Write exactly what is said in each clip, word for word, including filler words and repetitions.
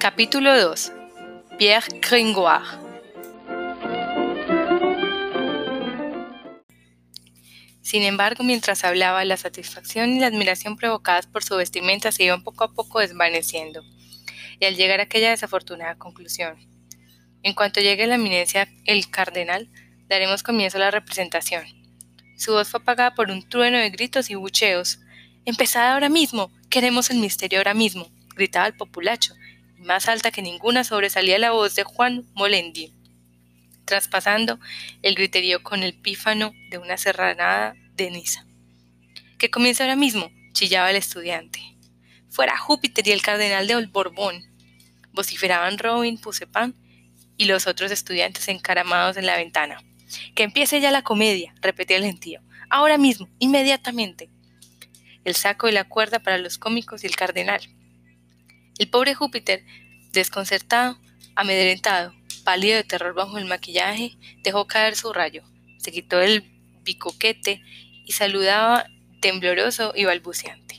Capítulo dos. Pierre Gringoire. Sin embargo, mientras hablaba, la satisfacción y la admiración provocadas por su vestimenta se iban poco a poco desvaneciendo, y al llegar a aquella desafortunada conclusión: en cuanto llegue la eminencia el cardenal, daremos comienzo a la representación. Su voz fue apagada por un trueno de gritos y bucheos. «¡Empezad ahora mismo! ¡Queremos el misterio ahora mismo!», gritaba el populacho, y más alta que ninguna sobresalía la voz de Juan Molendi, traspasando el griterío con el pífano de una serranada de Niza. «¡Que comience ahora mismo!», chillaba el estudiante. «¡Fuera Júpiter y el cardenal de Borbón!», vociferaban Robin Poussepain y los otros estudiantes encaramados en la ventana. «¡Que empiece ya la comedia!», repetía el gentío. «¡Ahora mismo! ¡Inmediatamente!». El saco y la cuerda para los cómicos y el cardenal. El pobre Júpiter, desconcertado, amedrentado, pálido de terror bajo el maquillaje, dejó caer su rayo, se quitó el bicoquete y saludaba tembloroso y balbuceante.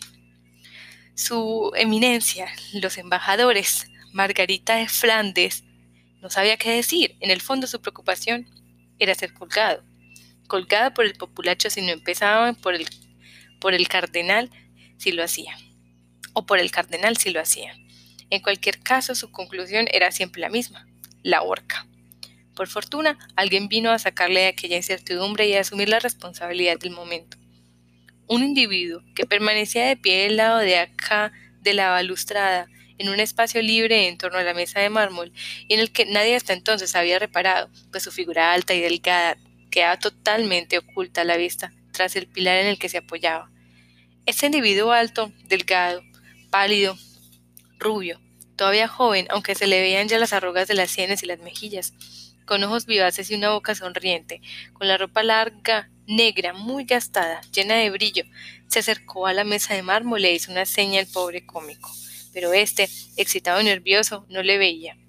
Su eminencia, los embajadores, Margarita de Flandes, no sabía qué decir. En el fondo su preocupación era ser colgado. Colgado por el populacho si no empezaba, por el, por el cardenal si lo hacía. O por el cardenal si lo hacía. En cualquier caso, su conclusión era siempre la misma: la horca. Por fortuna, alguien vino a sacarle de aquella incertidumbre y a asumir la responsabilidad del momento. Un individuo que permanecía de pie del lado de acá de la balustrada, en un espacio libre en torno a la mesa de mármol, y en el que nadie hasta entonces había reparado, pues su figura alta y delgada quedaba totalmente oculta a la vista tras el pilar en el que se apoyaba. Este individuo alto, delgado, pálido, rubio, todavía joven, aunque se le veían ya las arrugas de las sienes y las mejillas, con ojos vivaces y una boca sonriente, con la ropa larga, negra, muy gastada, llena de brillo, se acercó a la mesa de mármol y le hizo una seña al pobre cómico, pero éste, excitado y nervioso, no le veía.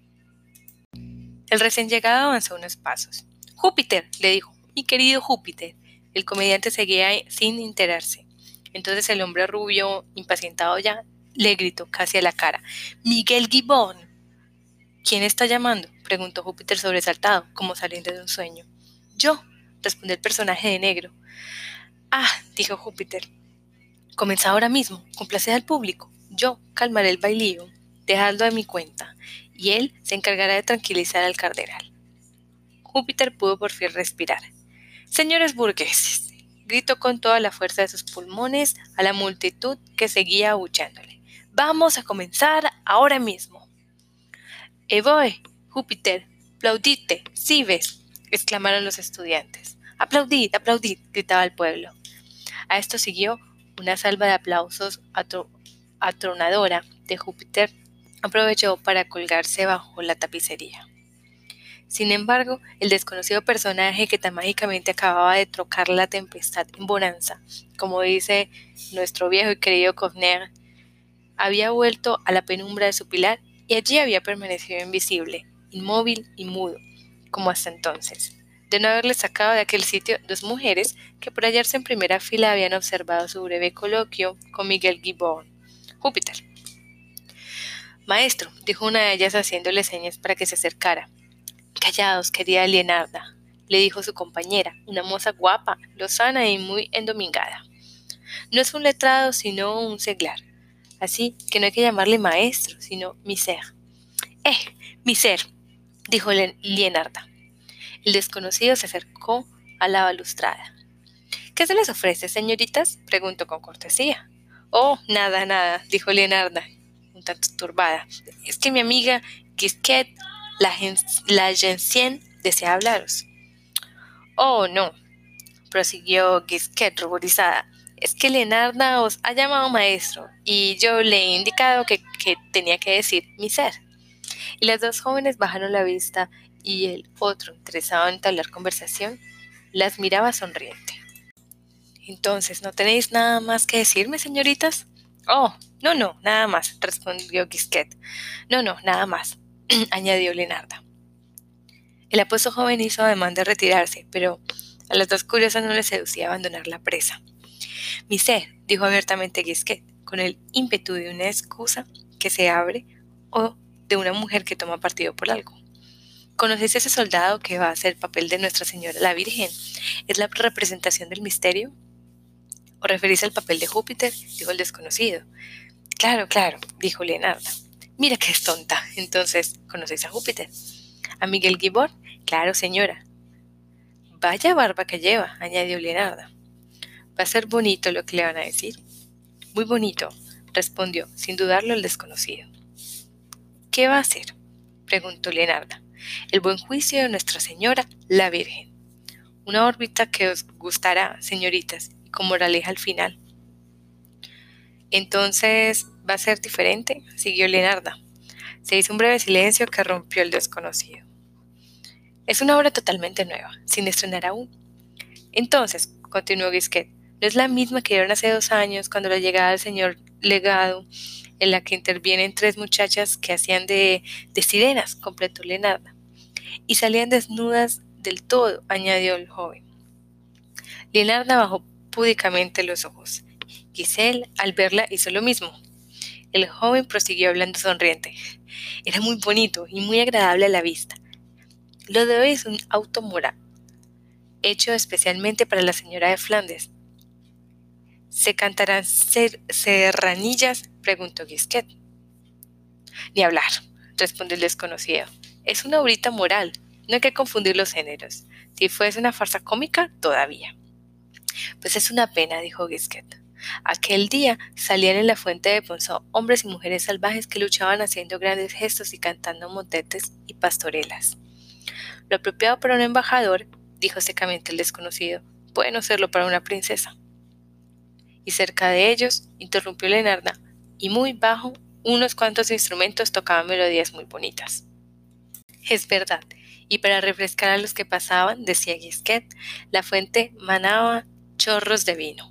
El recién llegado avanzó unos pasos. «Júpiter», le dijo, «mi querido Júpiter». El comediante seguía sin enterarse. Entonces el hombre rubio, impacientado ya, le gritó casi a la cara: «¡Miguel Gibbon!». «¿Quién está llamando?», preguntó Júpiter sobresaltado, como saliendo de un sueño. «Yo», respondió el personaje de negro. «Ah», dijo Júpiter, «comenzad ahora mismo, complaced al público. Yo calmaré el bailío, dejadlo de mi cuenta, y él se encargará de tranquilizar al cardenal». Júpiter pudo por fin respirar. «Señores burgueses», gritó con toda la fuerza de sus pulmones a la multitud que seguía abucheándole, «vamos a comenzar ahora mismo». «Eh voy, Júpiter, aplaudite, si ves», exclamaron los estudiantes. «Aplaudid, aplaudid», gritaba el pueblo. A esto siguió una salva de aplausos atro- atronadora de Júpiter. Aprovechó para colgarse bajo la tapicería. Sin embargo, el desconocido personaje que tan mágicamente acababa de trocar la tempestad en bonanza, como dice nuestro viejo y querido Cofner, había vuelto a la penumbra de su pilar y allí había permanecido invisible, inmóvil y mudo, como hasta entonces, de no haberle sacado de aquel sitio dos mujeres que por hallarse en primera fila habían observado su breve coloquio con Miguel Gibbon. «Júpiter». «Maestro», dijo una de ellas haciéndole señas para que se acercara. «Callaos, querida Lienarda», le dijo su compañera, una moza guapa, lozana y muy endomingada. «No es un letrado, sino un seglar, así que no hay que llamarle maestro, sino miser». «Eh, miser», dijo Lienarda. El desconocido se acercó a la balustrada. «¿Qué se les ofrece, señoritas?», preguntó con cortesía. «Oh, nada, nada», dijo Lienarda, un tanto turbada. «Es que mi amiga Gisquet, la, gen la Gencien, desea hablaros». «Oh, no», prosiguió Gisquet ruborizada. «Es que Lienarda os ha llamado maestro, y yo le he indicado que, que tenía que decir miser». Y las dos jóvenes bajaron la vista, y el otro, interesado en entablar conversación, las miraba sonriente. «Entonces, ¿no tenéis nada más que decirme, señoritas?». «Oh, no, no, nada más», respondió Gisquet. «No, no, nada más», añadió Lienarda. El apuesto joven hizo ademán de retirarse, pero a las dos curiosas no les seducía abandonar la presa. «Miser», dijo abiertamente Gisquet, con el ímpetu de una excusa que se abre o de una mujer que toma partido por algo. ¿Conoces ese soldado que va a hacer el papel de Nuestra Señora la Virgen? ¿Es la representación del misterio? ¿O referís al papel de Júpiter?, dijo el desconocido. Claro, claro, dijo Leonarda. Mira que es tonta. Entonces, ¿conocéis a Júpiter? ¿A Miguel Gibor? Claro, señora. Vaya barba que lleva, añadió Leonarda. Va a ser bonito lo que le van a decir. Muy bonito, respondió, sin dudarlo, el desconocido. ¿Qué va a hacer?, preguntó Leonarda. El buen juicio de Nuestra Señora la Virgen. Una órbita que os gustará, señoritas, y con moraleja al final. Entonces, ¿va a ser diferente?, siguió Leonarda. Se hizo un breve silencio que rompió el desconocido. Es una obra totalmente nueva, sin estrenar aún. Entonces, continuó Gisquet, no es la misma que dieron hace dos años cuando la llegada del señor legado, en la que intervienen tres muchachas que hacían de, de sirenas, completó Leonarda. Y salían desnudas del todo, añadió el joven. Leonarda bajó púdicamente los ojos. Giselle, al verla, hizo lo mismo. El joven prosiguió hablando sonriente. Era muy bonito y muy agradable a la vista. Lo de hoy es un automora, hecho especialmente para la señora de Flandes. ¿Se cantarán ser serranillas?, preguntó Gisquet. Ni hablar, respondió el desconocido. Es una obrita moral, no hay que confundir los géneros. Si fuese una farsa cómica, todavía. Pues es una pena, dijo Gisquet. Aquel día salían en la fuente de Ponceau hombres y mujeres salvajes que luchaban haciendo grandes gestos y cantando motetes y pastorelas. Lo apropiado para un embajador, dijo secamente el desconocido, puede no serlo para una princesa. Y cerca de ellos, interrumpió Leonarda, y muy bajo, unos cuantos instrumentos tocaban melodías muy bonitas. Es verdad, y para refrescar a los que pasaban, decía Gisquet, la fuente manaba chorros de vino,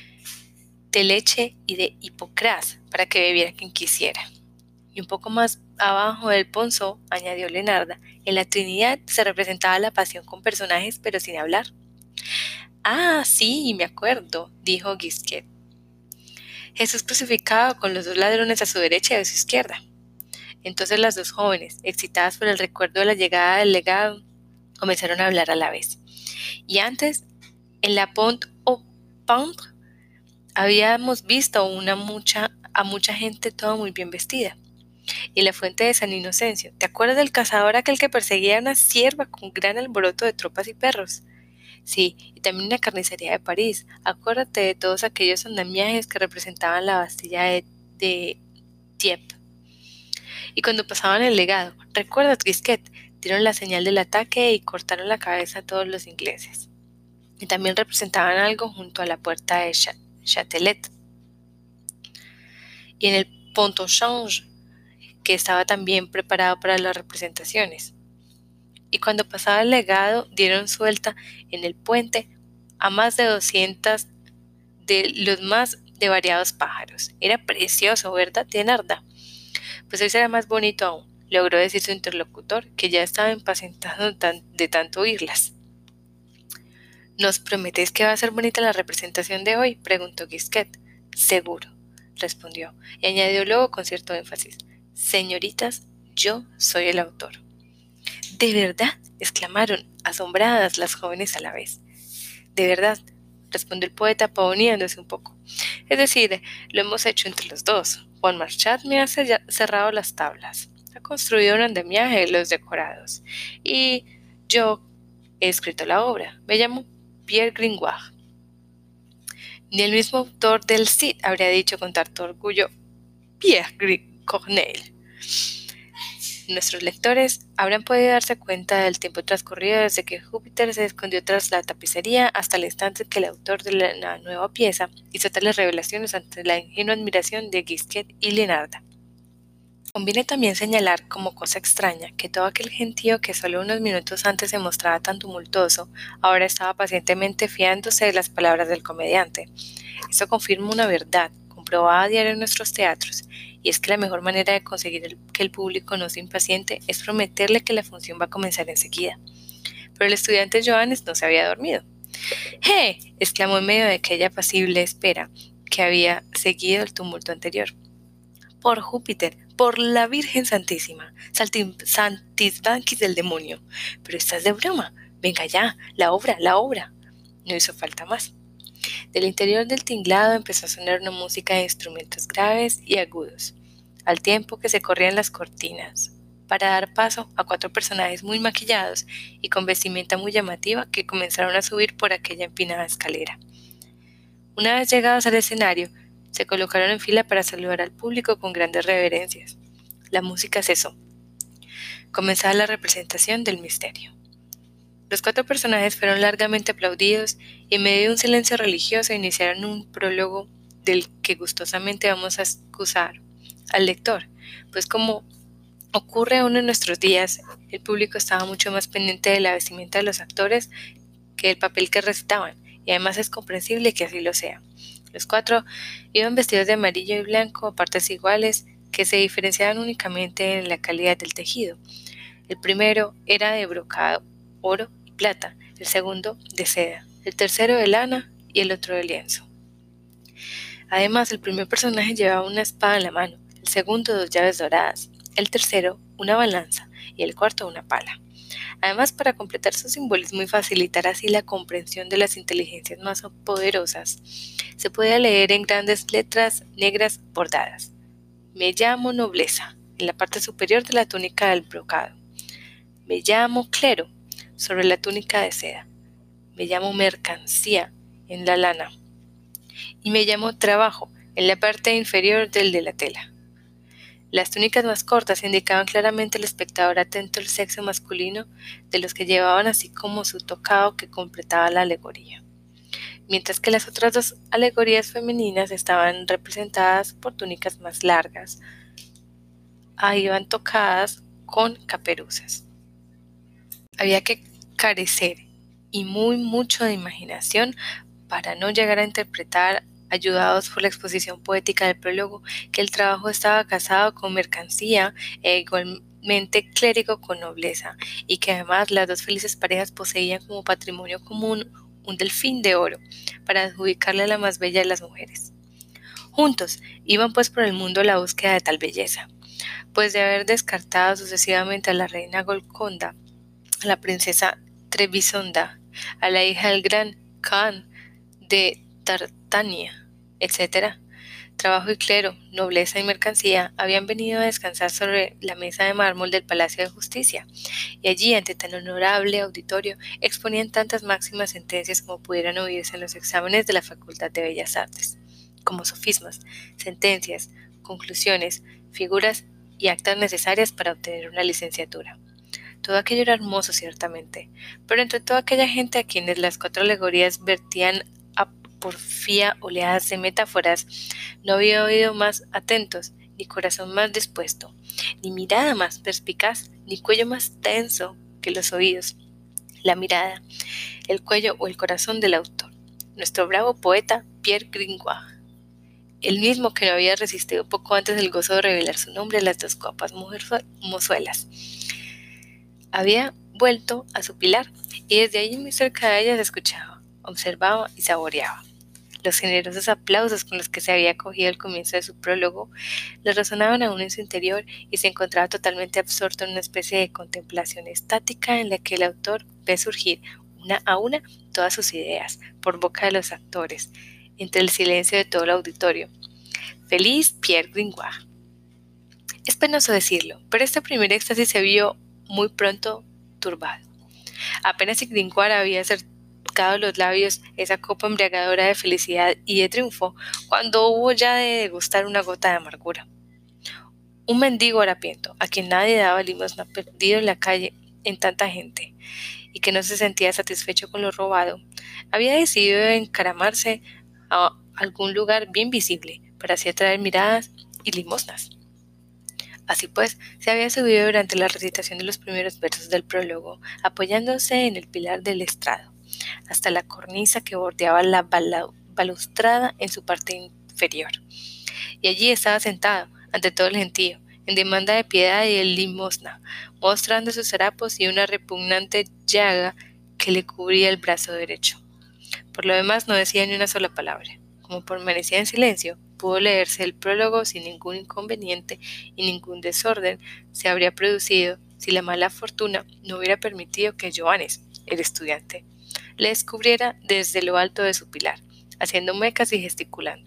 de leche y de hipocrás, para que bebiera quien quisiera. Y un poco más abajo del Ponceau, añadió Leonarda, en la Trinidad se representaba la pasión con personajes, pero sin hablar. Ah, sí, me acuerdo, dijo Gisquet. Jesús crucificado con los dos ladrones a su derecha y a su izquierda. Entonces las dos jóvenes, excitadas por el recuerdo de la llegada del legado, comenzaron a hablar a la vez. Y antes, en la Pont au Peintre, habíamos visto una mucha, a mucha gente toda muy bien vestida. Y en la fuente de San Inocencio, ¿te acuerdas del cazador aquel que perseguía a una cierva con gran alboroto de tropas y perros? Sí, y también en la carnicería de París. Acuérdate de todos aquellos andamiajes que representaban la Bastilla de, de Dieppe. Y cuando pasaban el legado, ¿recuerdas, Gisquet? Dieron la señal del ataque y cortaron la cabeza a todos los ingleses. Y también representaban algo junto a la puerta de Ch Châtelet. Y en el Pont-au-Change, que estaba también preparado para las representaciones. Y cuando pasaba el legado, dieron suelta en el puente a más de doscientas de los más de variados pájaros. Era precioso, ¿verdad, Leonarda? Pues hoy será más bonito aún, logró decir su interlocutor, que ya estaba impacientado de tanto oírlas. ¿Nos prometéis que va a ser bonita la representación de hoy?, preguntó Gisquet. Seguro, respondió, y añadió luego con cierto énfasis. Señoritas, yo soy el autor. ¿De verdad?, exclamaron, asombradas las jóvenes a la vez. De verdad, respondió el poeta pavoneándose un poco. Es decir, lo hemos hecho entre los dos. Juan Marchand me ha cerrado las tablas, ha construido un andamiaje de los decorados, y yo he escrito la obra. Me llamo Pierre Gringoire. Ni el mismo autor del Cid habría dicho con tanto orgullo Pierre Corneille. Nuestros lectores habrán podido darse cuenta del tiempo transcurrido desde que Júpiter se escondió tras la tapicería hasta el instante en que el autor de la nueva pieza hizo tales revelaciones ante la ingenua admiración de Gisquet y Leonarda. Conviene también señalar como cosa extraña que todo aquel gentío que solo unos minutos antes se mostraba tan tumultuoso, ahora estaba pacientemente fiándose de las palabras del comediante. Esto confirma una verdad, comprobada a diario en nuestros teatros, y es que la mejor manera de conseguir el, que el público no se impaciente es prometerle que la función va a comenzar enseguida. Pero el estudiante Johannes no se había dormido. ¡Eh! Exclamó en medio de aquella apacible espera que había seguido el tumulto anterior. Por Júpiter, por la Virgen Santísima, Saltim- Santisbanquis del demonio. Pero estás de broma. Venga ya, la obra, la obra. No hizo falta más. Del interior del tinglado empezó a sonar una música de instrumentos graves y agudos, al tiempo que se corrían las cortinas, para dar paso a cuatro personajes muy maquillados y con vestimenta muy llamativa que comenzaron a subir por aquella empinada escalera. Una vez llegados al escenario, se colocaron en fila para saludar al público con grandes reverencias. La música cesó. Comenzaba la representación del misterio. Los cuatro personajes fueron largamente aplaudidos y en medio de un silencio religioso iniciaron un prólogo del que gustosamente vamos a excusar al lector, pues como ocurre aún en nuestros días, el público estaba mucho más pendiente de la vestimenta de los actores que del papel que recitaban, y además es comprensible que así lo sea. Los cuatro iban vestidos de amarillo y blanco a partes iguales que se diferenciaban únicamente en la calidad del tejido. El primero era de brocado, oro y plata, el segundo de seda, el tercero de lana y el otro de lienzo. Además, el primer personaje llevaba una espada en la mano, el segundo dos llaves doradas, el tercero una balanza y el cuarto una pala. Además, para completar su simbolismo y facilitar así la comprensión de las inteligencias más poderosas, se podía leer en grandes letras negras bordadas: Me llamo nobleza, en la parte superior de la túnica del brocado. Me llamo clero, sobre la túnica de seda. Me llamo mercancía, en la lana. Y me llamo trabajo, en la parte inferior del de la tela. Las túnicas más cortas indicaban claramente al espectador atento el sexo masculino de los que llevaban, así como su tocado que completaba la alegoría, mientras que las otras dos alegorías femeninas estaban representadas por túnicas más largas, ahí iban tocadas con caperuzas. Había que carecer y muy mucho de imaginación para no llegar a interpretar, ayudados por la exposición poética del prólogo, que el trabajo estaba casado con mercancía e igualmente clérigo con nobleza, y que además las dos felices parejas poseían como patrimonio común un delfín de oro, para adjudicarle a la más bella de las mujeres. Juntos iban pues por el mundo a la búsqueda de tal belleza, pues de haber descartado sucesivamente a la reina Golconda, a la princesa Trebisonda, a la hija del gran Khan de Tartania, etcétera. Trabajo y clero, nobleza y mercancía habían venido a descansar sobre la mesa de mármol del Palacio de Justicia, y allí, ante tan honorable auditorio, exponían tantas máximas sentencias como pudieran oírse en los exámenes de la Facultad de Bellas Artes, como sofismas, sentencias, conclusiones, figuras y actas necesarias para obtener una licenciatura. Todo aquello era hermoso, ciertamente, pero entre toda aquella gente a quienes las cuatro alegorías vertían a porfía oleadas de metáforas, no había oído más atentos, ni corazón más dispuesto, ni mirada más perspicaz, ni cuello más tenso que los oídos, la mirada, el cuello o el corazón del autor, nuestro bravo poeta Pierre Gringoire, el mismo que no había resistido poco antes el gozo de revelar su nombre a las dos guapas mozuelas. Había vuelto a su pilar, y desde allí muy cerca de ella se escuchaba, observaba y saboreaba. Los generosos aplausos con los que se había acogido al comienzo de su prólogo le resonaban aún en su interior, y se encontraba totalmente absorto en una especie de contemplación estática en la que el autor ve surgir una a una todas sus ideas por boca de los actores, entre el silencio de todo el auditorio. Feliz Pierre Gringoire. Es penoso decirlo, pero este primer éxtasis se vio muy pronto turbado. Apenas si Gringoire había acercado los labios esa copa embriagadora de felicidad y de triunfo, cuando hubo ya de degustar una gota de amargura. Un mendigo harapiento, a quien nadie daba limosna, perdido en la calle en tanta gente, y que no se sentía satisfecho con lo robado, había decidido encaramarse a algún lugar bien visible, para así atraer miradas y limosnas. Así pues, se había subido durante la recitación de los primeros versos del prólogo, apoyándose en el pilar del estrado, hasta la cornisa que bordeaba la balustrada en su parte inferior. Y allí estaba sentado, ante todo el gentío, en demanda de piedad y de limosna, mostrando sus harapos y una repugnante llaga que le cubría el brazo derecho. Por lo demás no decía ni una sola palabra. Como permanecía en silencio, pudo leerse el prólogo sin ningún inconveniente y ningún desorden se habría producido si la mala fortuna no hubiera permitido que Johannes, el estudiante, le descubriera desde lo alto de su pilar, haciendo muecas y gesticulando.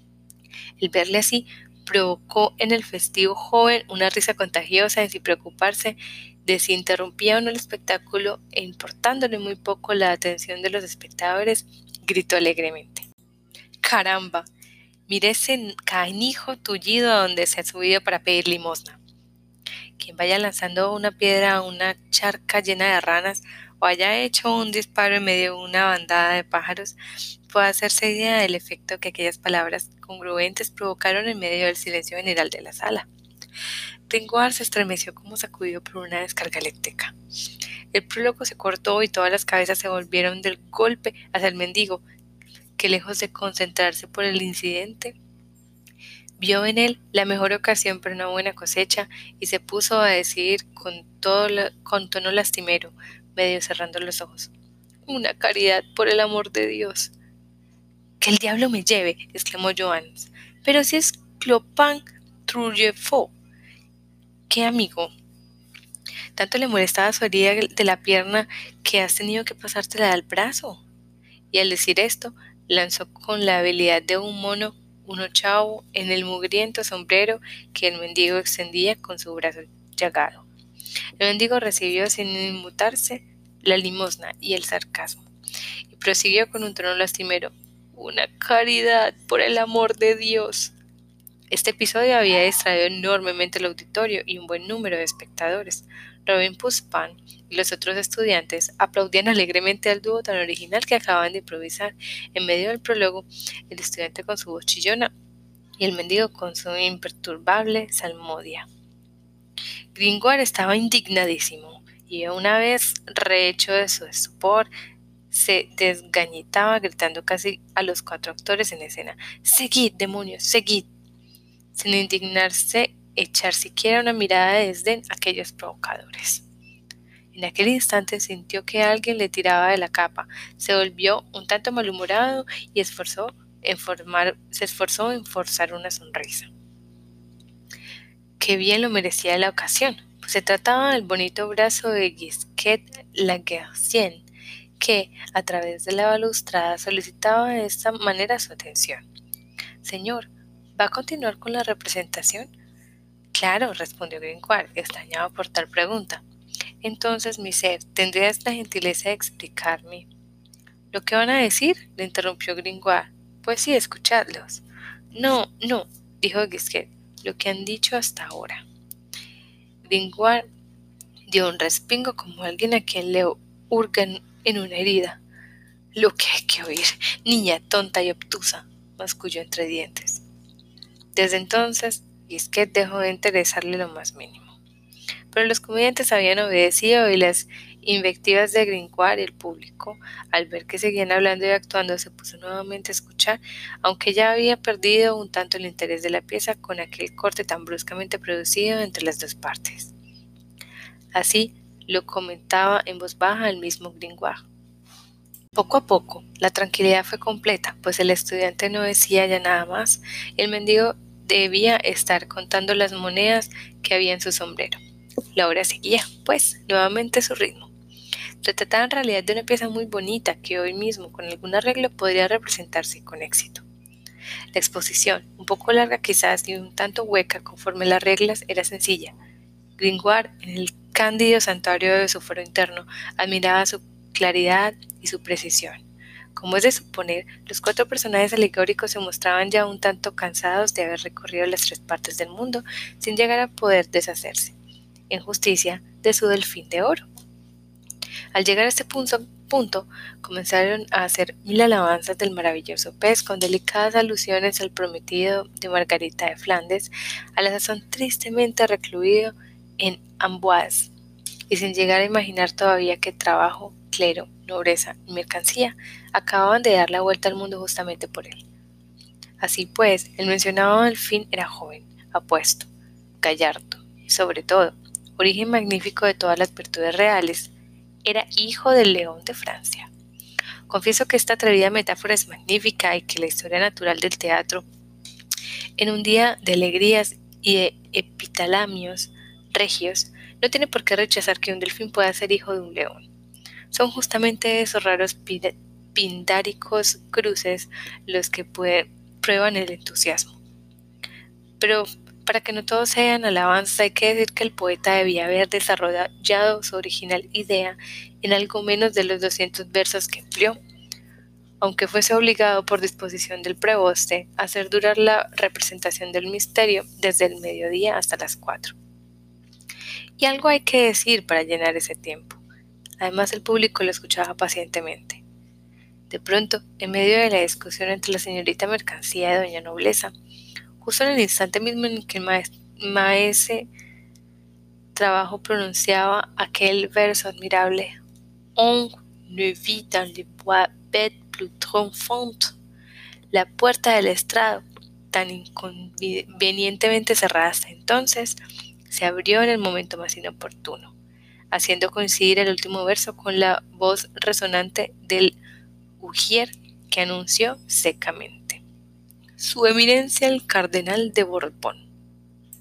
El verle así provocó en el festivo joven una risa contagiosa y sin preocuparse de si interrumpía o no el espectáculo e importándole muy poco la atención de los espectadores, gritó alegremente: «¡Caramba! Mire ese canijo tullido a donde se ha subido para pedir limosna. Quien vaya lanzando una piedra a una charca llena de ranas o haya hecho un disparo en medio de una bandada de pájaros puede hacerse idea del efecto que aquellas palabras congruentes provocaron en medio del silencio general de la sala». Gringoire se estremeció como sacudido por una descarga eléctrica. El prólogo se cortó y todas las cabezas se volvieron del golpe hacia el mendigo, que lejos de concentrarse por el incidente, vio en él la mejor ocasión para una buena cosecha y se puso a decir con, todo la, con tono lastimero, medio cerrando los ojos: «Una caridad, por el amor de Dios». «¡Que el diablo me lleve!», exclamó Johannes. «Pero si es Clopin Trouillefort». «¿Qué, amigo? ¿Tanto le molestaba su herida de la pierna que has tenido que pasártela al brazo?». Y al decir esto, lanzó con la habilidad de un mono un ochavo en el mugriento sombrero que el mendigo extendía con su brazo llagado. El mendigo recibió sin inmutarse la limosna y el sarcasmo, y prosiguió con un tono lastimero: «Una caridad, por el amor de Dios». Este episodio había distraído enormemente el auditorio y un buen número de espectadores. Robin Poussin y los otros estudiantes aplaudían alegremente al dúo tan original que acababan de improvisar. En medio del prólogo, el estudiante con su voz chillona y el mendigo con su imperturbable salmodia. Gringoire estaba indignadísimo y una vez rehecho de su estupor, se desgañitaba gritando casi a los cuatro actores en escena: «¡Seguid, demonios, seguid!», sin indignarse echar siquiera una mirada de desdén a aquellos provocadores. En aquel instante sintió que alguien le tiraba de la capa, se volvió un tanto malhumorado y esforzó en formar, se esforzó en forzar una sonrisa. Qué bien lo merecía la ocasión, pues se trataba del bonito brazo de Gisquet Laguercienne, que, a través de la balustrada, solicitaba de esta manera su atención. «Señor, ¿va a continuar con la representación?». «Claro», respondió Gringoire, extrañado por tal pregunta. «Entonces, mi ser, ¿tendrías la gentileza de explicarme?» «¿Lo que van a decir?», le interrumpió Gringoire. «Pues sí, escuchadlos». «No, no», dijo Gisquet, «lo que han dicho hasta ahora». Gringoire dio un respingo como alguien a quien le hurgan en una herida. «Lo que hay que oír, niña tonta y obtusa», masculló entre dientes. Desde entonces, Gisquet dejó de interesarle lo más mínimo. Pero los comediantes habían obedecido y las invectivas de Gringoire y el público, al ver que seguían hablando y actuando, se puso nuevamente a escuchar, aunque ya había perdido un tanto el interés de la pieza con aquel corte tan bruscamente producido entre las dos partes. Así lo comentaba en voz baja el mismo Gringoire. Poco a poco, la tranquilidad fue completa, pues el estudiante no decía ya nada más, y el mendigo debía estar contando las monedas que había en su sombrero. La obra seguía, pues, nuevamente su ritmo. Se trataba en realidad de una pieza muy bonita que hoy mismo, con algún arreglo, podría representarse con éxito. La exposición, un poco larga quizás y un tanto hueca conforme las reglas, era sencilla. Gringoire, en el cándido santuario de su foro interno, admiraba su claridad y su precisión. Como es de suponer, los cuatro personajes alegóricos se mostraban ya un tanto cansados de haber recorrido las tres partes del mundo sin llegar a poder deshacerse, en justicia, de su delfín de oro. Al llegar a este punto, punto, comenzaron a hacer mil alabanzas del maravilloso pez, con delicadas alusiones al prometido de Margarita de Flandes, a la sazón tristemente recluido en Amboise, y sin llegar a imaginar todavía que trabajo, clero, nobleza y mercancía acababan de dar la vuelta al mundo justamente por él. Así pues, el mencionado delfín era joven, apuesto, gallardo y, sobre todo, origen magnífico de todas las virtudes reales, era hijo del león de Francia. Confieso que esta atrevida metáfora es magnífica y que la historia natural del teatro En un día de alegrías y de epitalamios regios, no tiene por qué rechazar que un delfín pueda ser hijo de un león. Son justamente esos raros pindáricos cruces los que pueden, prueban el entusiasmo. Pero para que no todos sean alabanzas, hay que decir que el poeta debía haber desarrollado su original idea en algo menos de los doscientos versos que empleó, aunque fuese obligado por disposición del preboste a hacer durar la representación del misterio desde el mediodía hasta las cuatro. Y algo hay que decir para llenar ese tiempo. Además, el público lo escuchaba pacientemente. De pronto, en medio de la discusión entre la señorita Mercancía y doña Nobleza, justo en el instante mismo en que el maese Trabajo pronunciaba aquel verso admirable: On ne vit dans les bois bête plus triomphante. La puerta del estrado, tan inconvenientemente cerrada hasta entonces, se abrió en el momento más inoportuno, haciendo coincidir el último verso con la voz resonante del ujier que anunció secamente: Su eminencia el cardenal de Borbón.